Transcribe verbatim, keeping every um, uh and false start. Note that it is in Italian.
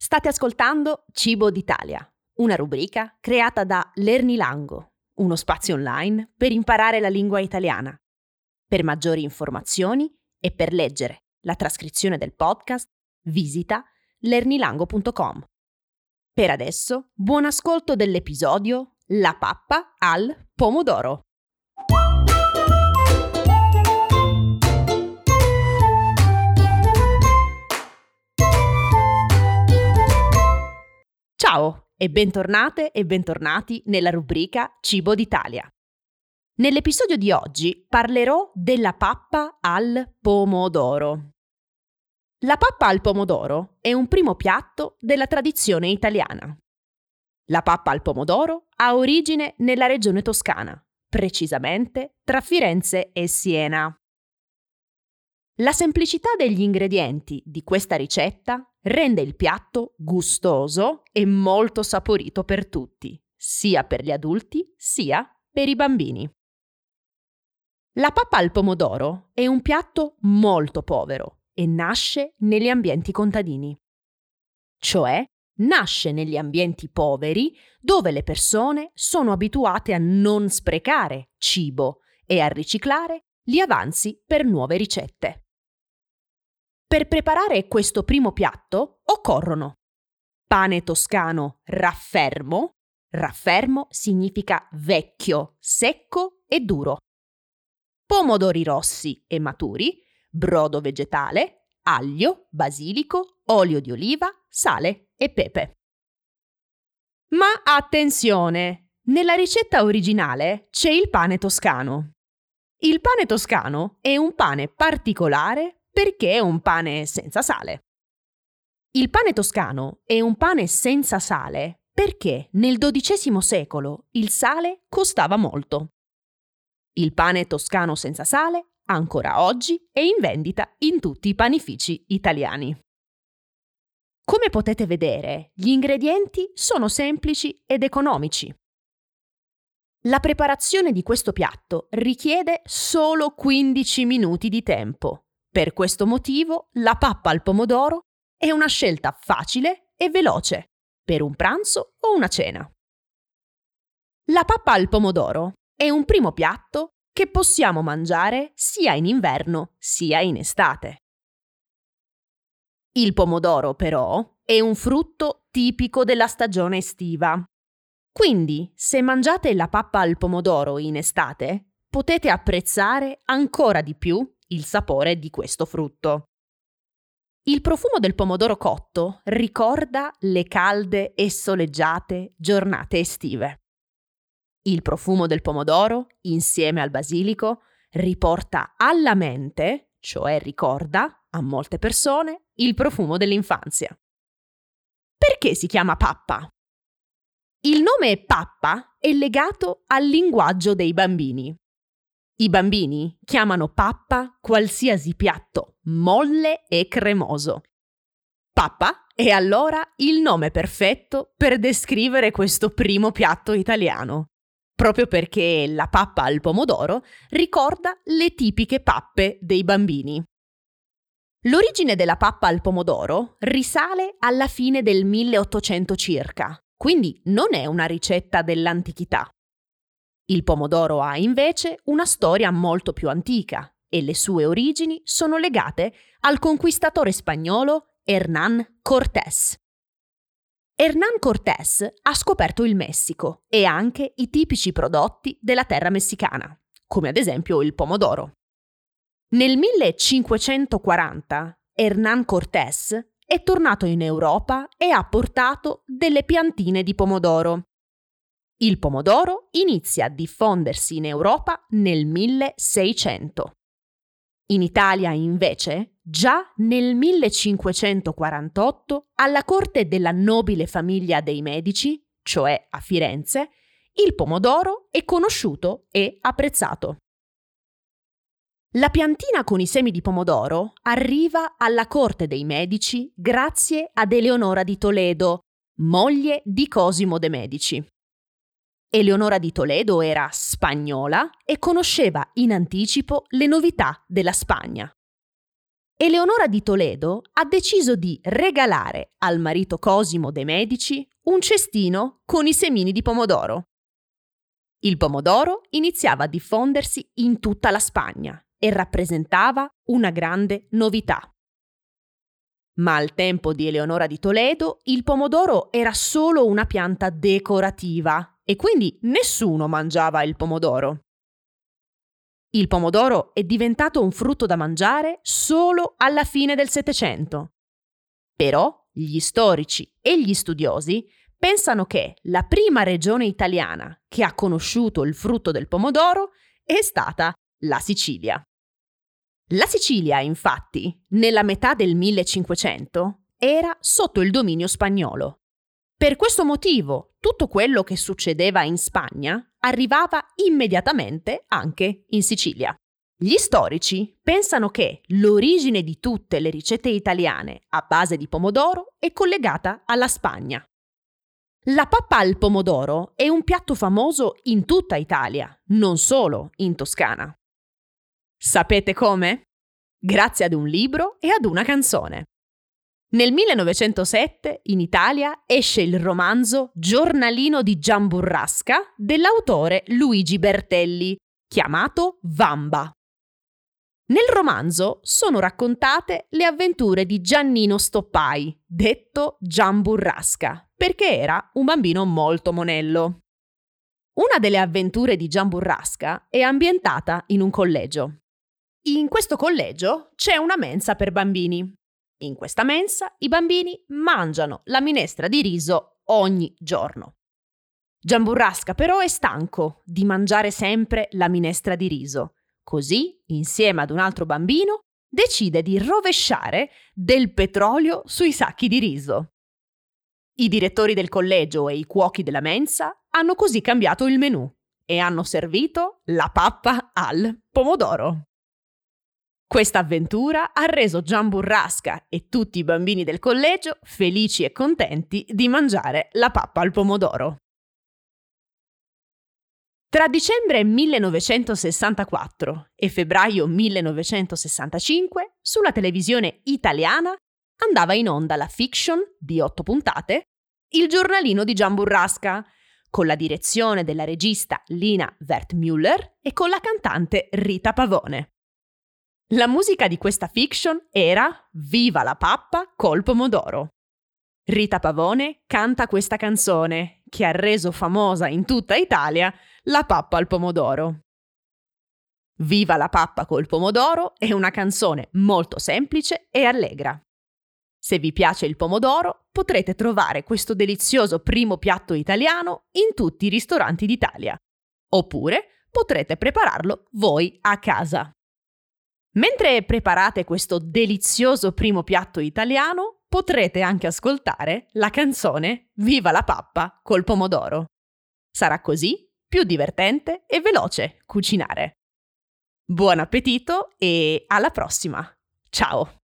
State ascoltando Cibo d'Italia, una rubrica creata da Lernilango, uno spazio online per imparare la lingua italiana. Per maggiori informazioni e per leggere la trascrizione del podcast, visita lernilango punto com. Per adesso, buon ascolto dell'episodio La pappa al pomodoro. Ciao e bentornate e bentornati nella rubrica Cibo d'Italia. Nell'episodio di oggi parlerò della pappa al pomodoro. La pappa al pomodoro è un primo piatto della tradizione italiana. La pappa al pomodoro ha origine nella regione toscana, precisamente tra Firenze e Siena. La semplicità degli ingredienti di questa ricetta rende il piatto gustoso e molto saporito per tutti, sia per gli adulti sia per i bambini. La pappa al pomodoro è un piatto molto povero e nasce negli ambienti contadini. Cioè, nasce negli ambienti poveri dove le persone sono abituate a non sprecare cibo e a riciclare gli avanzi per nuove ricette. Per preparare questo primo piatto occorrono pane toscano raffermo, raffermo significa vecchio, secco e duro, pomodori rossi e maturi, brodo vegetale, aglio, basilico, olio di oliva, sale e pepe. Ma attenzione! Nella ricetta originale c'è il pane toscano. Il pane toscano è un pane particolare perché è un pane senza sale. Il pane toscano è un pane senza sale perché nel dodicesimo secolo il sale costava molto. Il pane toscano senza sale ancora oggi è in vendita in tutti i panifici italiani. Come potete vedere, gli ingredienti sono semplici ed economici. La preparazione di questo piatto richiede solo quindici minuti di tempo. Per questo motivo, la pappa al pomodoro è una scelta facile e veloce per un pranzo o una cena. La pappa al pomodoro è un primo piatto che possiamo mangiare sia in inverno sia in estate. Il pomodoro, però, è un frutto tipico della stagione estiva. Quindi, se mangiate la pappa al pomodoro in estate, potete apprezzare ancora di più il sapore di questo frutto. Il profumo del pomodoro cotto ricorda le calde e soleggiate giornate estive. Il profumo del pomodoro, insieme al basilico, riporta alla mente, cioè ricorda a molte persone, il profumo dell'infanzia. Perché si chiama pappa? Il nome pappa è legato al linguaggio dei bambini. I bambini chiamano pappa qualsiasi piatto molle e cremoso. Pappa è allora il nome perfetto per descrivere questo primo piatto italiano, proprio perché la pappa al pomodoro ricorda le tipiche pappe dei bambini. L'origine della pappa al pomodoro risale alla fine del milleottocento circa, quindi non è una ricetta dell'antichità. Il pomodoro ha invece una storia molto più antica e le sue origini sono legate al conquistatore spagnolo Hernán Cortés. Hernán Cortés ha scoperto il Messico e anche i tipici prodotti della terra messicana, come ad esempio il pomodoro. Nel millecinquecentoquaranta Hernán Cortés è tornato in Europa e ha portato delle piantine di pomodoro. Il pomodoro inizia a diffondersi in Europa nel milleseicento. In Italia, invece, già nel millecinquecentoquarantotto, alla corte della nobile famiglia dei Medici, cioè a Firenze, il pomodoro è conosciuto e apprezzato. La piantina con i semi di pomodoro arriva alla corte dei Medici grazie ad Eleonora di Toledo, moglie di Cosimo de' Medici. Eleonora di Toledo era spagnola e conosceva in anticipo le novità della Spagna. Eleonora di Toledo ha deciso di regalare al marito Cosimo de' Medici un cestino con i semini di pomodoro. Il pomodoro iniziava a diffondersi in tutta la Spagna e rappresentava una grande novità. Ma al tempo di Eleonora di Toledo il pomodoro era solo una pianta decorativa e quindi nessuno mangiava il pomodoro. Il pomodoro è diventato un frutto da mangiare solo alla fine del Settecento. Però gli storici e gli studiosi pensano che la prima regione italiana che ha conosciuto il frutto del pomodoro è stata la Sicilia. La Sicilia, infatti, nella metà del millecinquecento era sotto il dominio spagnolo. Per questo motivo, tutto quello che succedeva in Spagna arrivava immediatamente anche in Sicilia. Gli storici pensano che l'origine di tutte le ricette italiane a base di pomodoro è collegata alla Spagna. La pappa al pomodoro è un piatto famoso in tutta Italia, non solo in Toscana. Sapete come? Grazie ad un libro e ad una canzone. Nel millenovecentosette in Italia esce il romanzo Giornalino di Giamburrasca dell'autore Luigi Bertelli, chiamato Vamba. Nel romanzo sono raccontate le avventure di Giannino Stoppai, detto Giamburrasca, perché era un bambino molto monello. Una delle avventure di Giamburrasca è ambientata in un collegio. In questo collegio c'è una mensa per bambini. In questa mensa i bambini mangiano la minestra di riso ogni giorno. Giamburrasca però è stanco di mangiare sempre la minestra di riso. Così, insieme ad un altro bambino, decide di rovesciare del petrolio sui sacchi di riso. I direttori del collegio e i cuochi della mensa hanno così cambiato il menù e hanno servito la pappa al pomodoro. Questa avventura ha reso Giamburrasca e tutti i bambini del collegio felici e contenti di mangiare la pappa al pomodoro. Tra dicembre millenovecentosessantaquattro e febbraio millenovecentosessantacinque, sulla televisione italiana andava in onda la fiction di otto puntate, Il giornalino di Giamburrasca, con la direzione della regista Lina Wertmüller e con la cantante Rita Pavone. La musica di questa fiction era Viva la pappa col pomodoro. Rita Pavone canta questa canzone, che ha reso famosa in tutta Italia la pappa al pomodoro. Viva la pappa col pomodoro è una canzone molto semplice e allegra. Se vi piace il pomodoro, potrete trovare questo delizioso primo piatto italiano in tutti i ristoranti d'Italia. Oppure potrete prepararlo voi a casa. Mentre preparate questo delizioso primo piatto italiano, potrete anche ascoltare la canzone Viva la pappa col pomodoro. Sarà così più divertente e veloce cucinare. Buon appetito e alla prossima! Ciao!